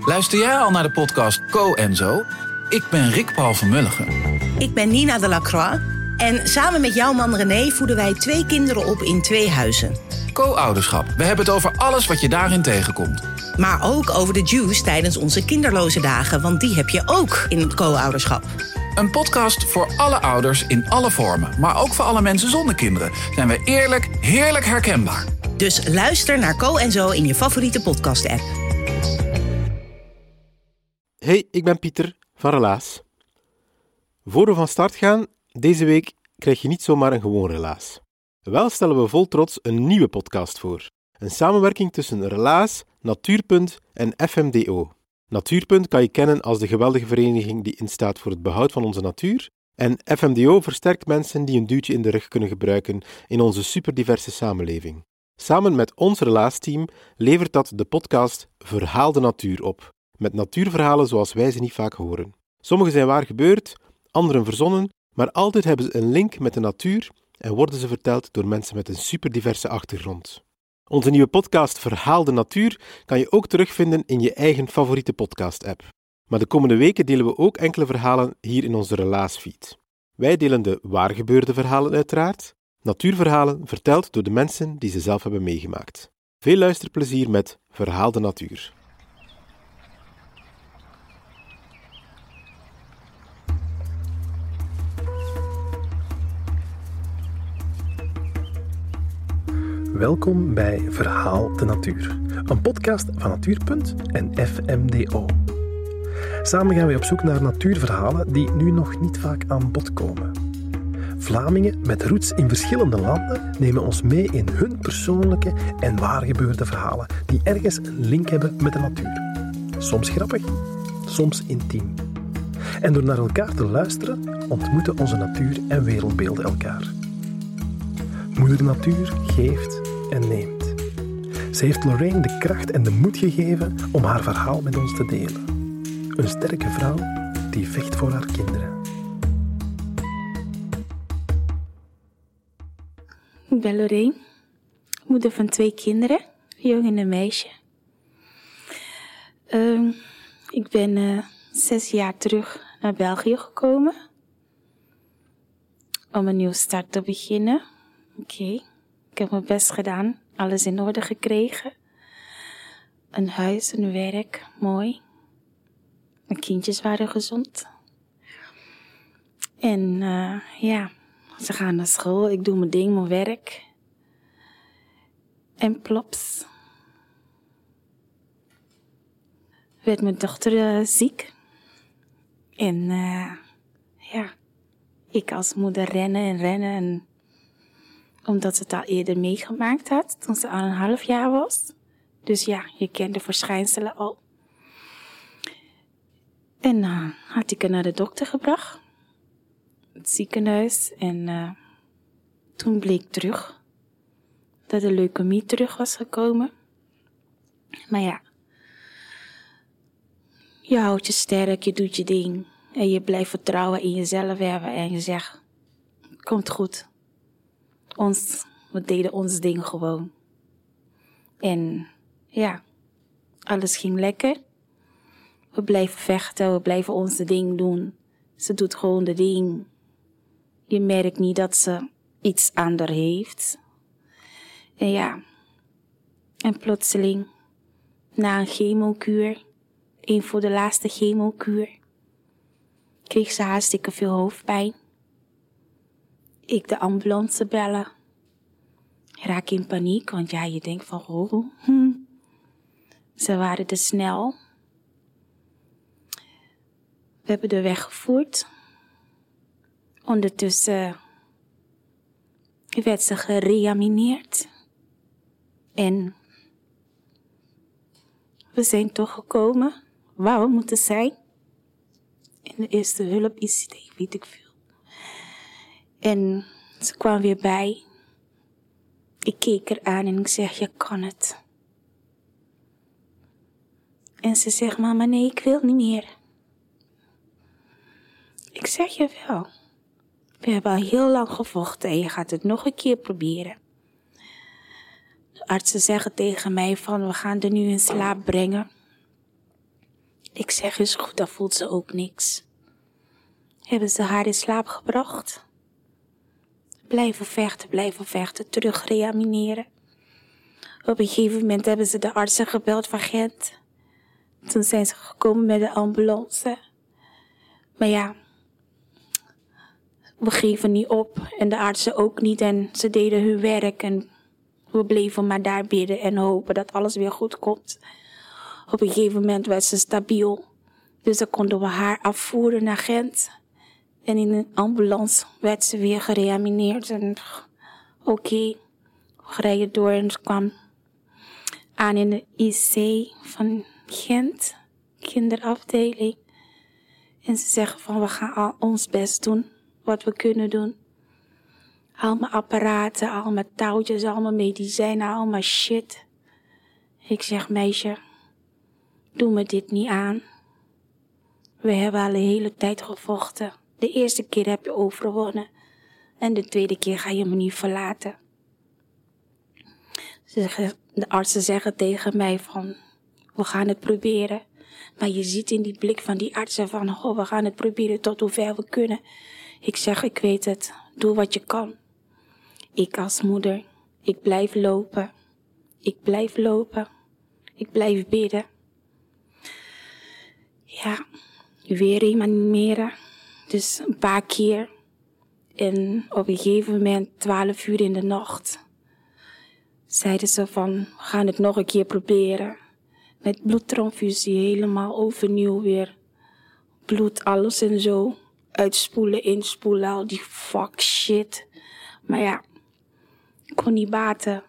Luister jij al naar de podcast Co en Zo? Ik ben Rick Paul van Mulligen. Ik ben Nina de Lacroix. En samen met jouw man René voeden wij 2 kinderen op in 2 huizen. Co-ouderschap. We hebben het over alles wat je daarin tegenkomt. Maar ook over de juice tijdens onze kinderloze dagen. Want die heb je ook in het co-ouderschap. Een podcast voor alle ouders in alle vormen. Maar ook voor alle mensen zonder kinderen. Zijn we eerlijk, heerlijk herkenbaar. Dus luister naar Co en Zo in je favoriete podcast-app. Hey, ik ben Pieter van Relaas. Voor we van start gaan, deze week krijg je niet zomaar een gewoon relaas. Wel stellen we vol trots een nieuwe podcast voor. Een samenwerking tussen Relaas, Natuurpunt en FMDO. Natuurpunt kan je kennen als de geweldige vereniging die instaat voor het behoud van onze natuur. En FMDO versterkt mensen die een duwtje in de rug kunnen gebruiken in onze superdiverse samenleving. Samen met ons Relaas-team levert dat de podcast Verhaal de Natuur op. Met natuurverhalen zoals wij ze niet vaak horen. Sommige zijn waar gebeurd, anderen verzonnen, maar altijd hebben ze een link met de natuur en worden ze verteld door mensen met een superdiverse achtergrond. Onze nieuwe podcast Verhaal de Natuur kan je ook terugvinden in je eigen favoriete podcast-app. Maar de komende weken delen we ook enkele verhalen hier in onze Relaas-feed. Wij delen de waargebeurde verhalen uiteraard, natuurverhalen verteld door de mensen die ze zelf hebben meegemaakt. Veel luisterplezier met Verhaal de Natuur. Welkom bij Verhaal de Natuur, een podcast van Natuurpunt en FMDO. Samen gaan wij op zoek naar natuurverhalen die nu nog niet vaak aan bod komen. Vlamingen met roots in verschillende landen nemen ons mee in hun persoonlijke en waargebeurde verhalen die ergens een link hebben met de natuur. Soms grappig, soms intiem. En door naar elkaar te luisteren, ontmoeten onze natuur en wereldbeelden elkaar. Moeder Natuur geeft en neemt. Ze heeft Lorraine de kracht en de moed gegeven om haar verhaal met ons te delen. Een sterke vrouw die vecht voor haar kinderen. Ik ben Lorraine, moeder van 2 kinderen, een jongen en een meisje. Ik ben 6 jaar terug naar België gekomen om een nieuwe start te beginnen. Oké, ik heb mijn best gedaan, alles in orde gekregen. Een huis, een werk, mooi. Mijn kindjes waren gezond. En ze gaan naar school, ik doe mijn ding, mijn werk. En plops werd mijn dochter ziek. En ik als moeder rennen. En omdat ze het al eerder meegemaakt had, toen ze al 1,5 jaar was. Dus ja, je kent de verschijnselen al. En had ik haar naar de dokter gebracht. Het ziekenhuis. En toen bleek terug dat de leukemie terug was gekomen. Maar ja, je houdt je sterk, je doet je ding. En je blijft vertrouwen in jezelf hebben. En je zegt, komt goed. We deden ons ding gewoon. En ja, alles ging lekker. We blijven vechten, we blijven ons ding doen. Ze doet gewoon de ding. Je merkt niet dat ze iets anders heeft. En ja, en plotseling, na een chemokuur, een voor de laatste chemokuur, kreeg ze hartstikke veel hoofdpijn. Ik de ambulance bellen. Raak in paniek, want ja, je denkt van, Ze waren te snel. We hebben haar weggevoerd. Ondertussen werd ze gereanimeerd. En we zijn toch gekomen waar we moeten zijn. In de eerste hulp ICT, weet ik veel. En ze kwam weer bij. Ik keek haar aan en ik zeg, je kan het. En ze zegt, mama, nee, ik wil niet meer. Ik zeg, jawel. We hebben al heel lang gevochten en je gaat het nog een keer proberen. De artsen zeggen tegen mij van, we gaan er nu in slaap brengen. Ik zeg, is goed, dan voelt ze ook niks. Hebben ze haar in slaap gebracht? Blijven vechten, terug reanimeren. Op een gegeven moment hebben ze de artsen gebeld van Gent. Toen zijn ze gekomen met de ambulance. Maar ja, we geven niet op en de artsen ook niet. En ze deden hun werk en we bleven maar daar bidden en hopen dat alles weer goed komt. Op een gegeven moment werd ze stabiel. Dus dan konden we haar afvoeren naar Gent. En in een ambulance werd ze weer gereanimeerd. En oké, we rijden door en ze kwam aan in de IC van Gent, kinderafdeling. En ze zeggen van, we gaan al ons best doen, wat we kunnen doen. Allemaal apparaten, allemaal touwtjes, allemaal medicijnen, allemaal shit. Ik zeg, meisje, doe me dit niet aan. We hebben al de hele tijd gevochten. De eerste keer heb je overwonnen. En de tweede keer ga je me niet verlaten. De artsen zeggen tegen mij van, we gaan het proberen. Maar je ziet in die blik van die artsen van, we gaan het proberen tot hoever we kunnen. Ik zeg, ik weet het, doe wat je kan. Ik als moeder, ik blijf lopen. Ik blijf bidden. Ja, weer reanimeren. Dus een paar keer. En op een gegeven moment, 12 uur in de nacht, zeiden ze van, we gaan het nog een keer proberen. Met bloedtransfusie, helemaal overnieuw weer. Bloed, alles en zo. Uitspoelen, inspoelen, al die fuck shit. Maar ja, kon niet baten.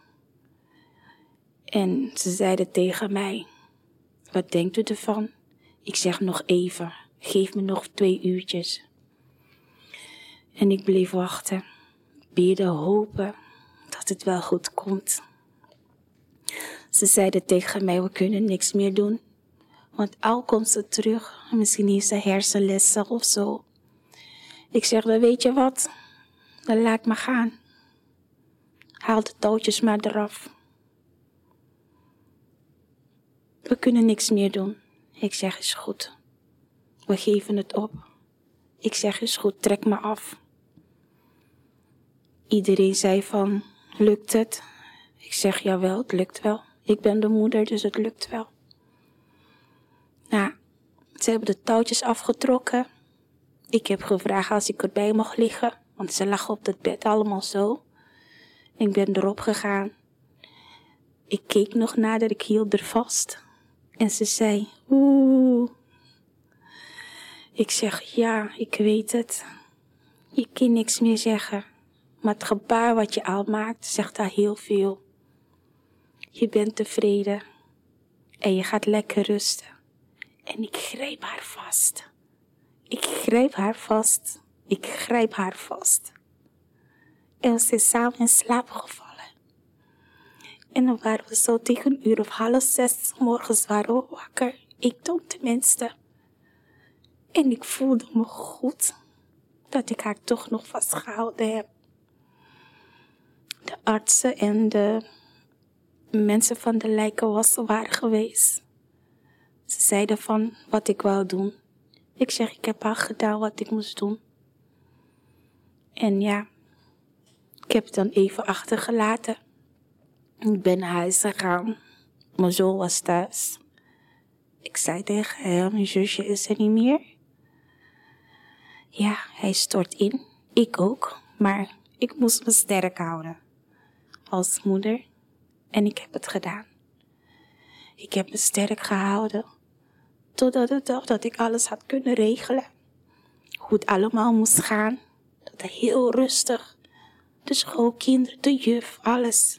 En ze zeiden tegen mij, wat denkt u ervan? Ik zeg nog even, geef me nog 2 uurtjes. En ik bleef wachten, bidden, hopen dat het wel goed komt. Ze zeiden tegen mij, we kunnen niks meer doen. Want al komt ze terug, misschien heeft ze hersenlessen of zo. Ik zeg, dan weet je wat, dan laat me gaan. Haal de touwtjes maar eraf. We kunnen niks meer doen. Ik zeg, is goed. We geven het op. Ik zeg, is goed, trek me af. Iedereen zei van, lukt het? Ik zeg, jawel, het lukt wel. Ik ben de moeder, dus het lukt wel. Nou, ze hebben de touwtjes afgetrokken. Ik heb gevraagd als ik erbij mocht liggen, want ze lag op het bed allemaal zo. Ik ben erop gegaan. Ik keek nog nader, ik hield er vast. En ze zei, oeh. Ik zeg, ja, ik weet het. Je kan niks meer zeggen. Maar het gebaar wat je al maakt, zegt daar heel veel. Je bent tevreden. En je gaat lekker rusten. En ik grijp haar vast. Ik grijp haar vast. En we zijn samen in slaap gevallen. En dan waren we zo tegen 5:30 morgens waren we wakker. Ik dan tenminste. En ik voelde me goed dat ik haar toch nog vastgehouden heb. De artsen en de mensen van de lijkenwassen waren geweest. Ze zeiden van wat ik wou doen. Ik zeg, ik heb al gedaan wat ik moest doen. En ja, ik heb het dan even achtergelaten. Ik ben naar huis gegaan. Mijn zoon was thuis. Ik zei tegen hem, mijn zusje is er niet meer. Ja, hij stort in. Ik ook. Maar ik moest me sterk houden. Als moeder. En ik heb het gedaan. Ik heb me sterk gehouden. Totdat de dag dat ik alles had kunnen regelen. Hoe het allemaal moest gaan. Dat heel rustig. De schoolkinderen, de juf, alles.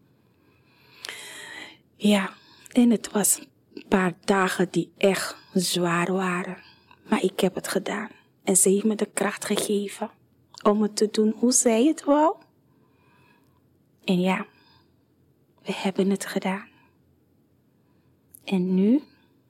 Ja, en het was een paar dagen die echt zwaar waren. Maar ik heb het gedaan. En ze heeft me de kracht gegeven om het te doen hoe zij het wou. En ja, we hebben het gedaan. En nu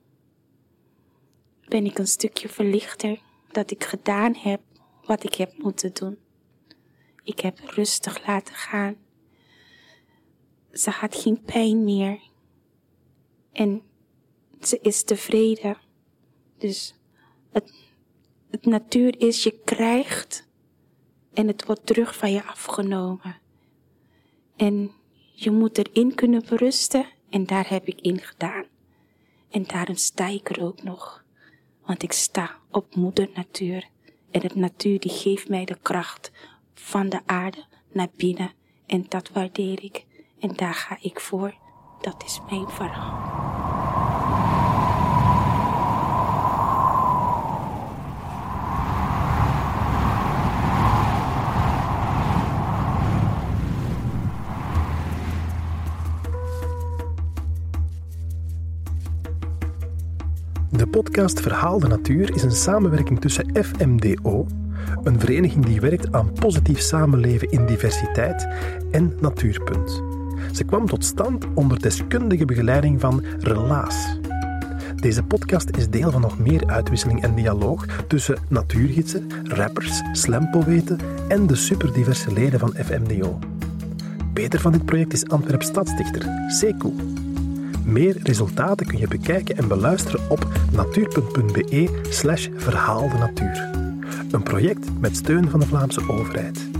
ben ik een stukje verlichter dat ik gedaan heb wat ik heb moeten doen. Ik heb rustig laten gaan. Ze had geen pijn meer. En ze is tevreden. Dus het natuur is, je krijgt en het wordt terug van je afgenomen. En je moet erin kunnen berusten en daar heb ik in gedaan. En daarom sta ik er ook nog. Want ik sta op moeder natuur. En het natuur die geeft mij de kracht van de aarde naar binnen. En dat waardeer ik. En daar ga ik voor. Dat is mijn verhaal. De podcast Verhaal de Natuur is een samenwerking tussen FMDO, een vereniging die werkt aan positief samenleven in diversiteit, en Natuurpunt. Ze kwam tot stand onder deskundige begeleiding van Relaas. Deze podcast is deel van nog meer uitwisseling en dialoog tussen natuurgidsen, rappers, slampoëten en de superdiverse leden van FMDO. Beter van dit project is Antwerps stadsdichter Sekou. Meer resultaten kun je bekijken en beluisteren op natuurpunt.be/verhaaldenatuur. Een project met steun van de Vlaamse overheid.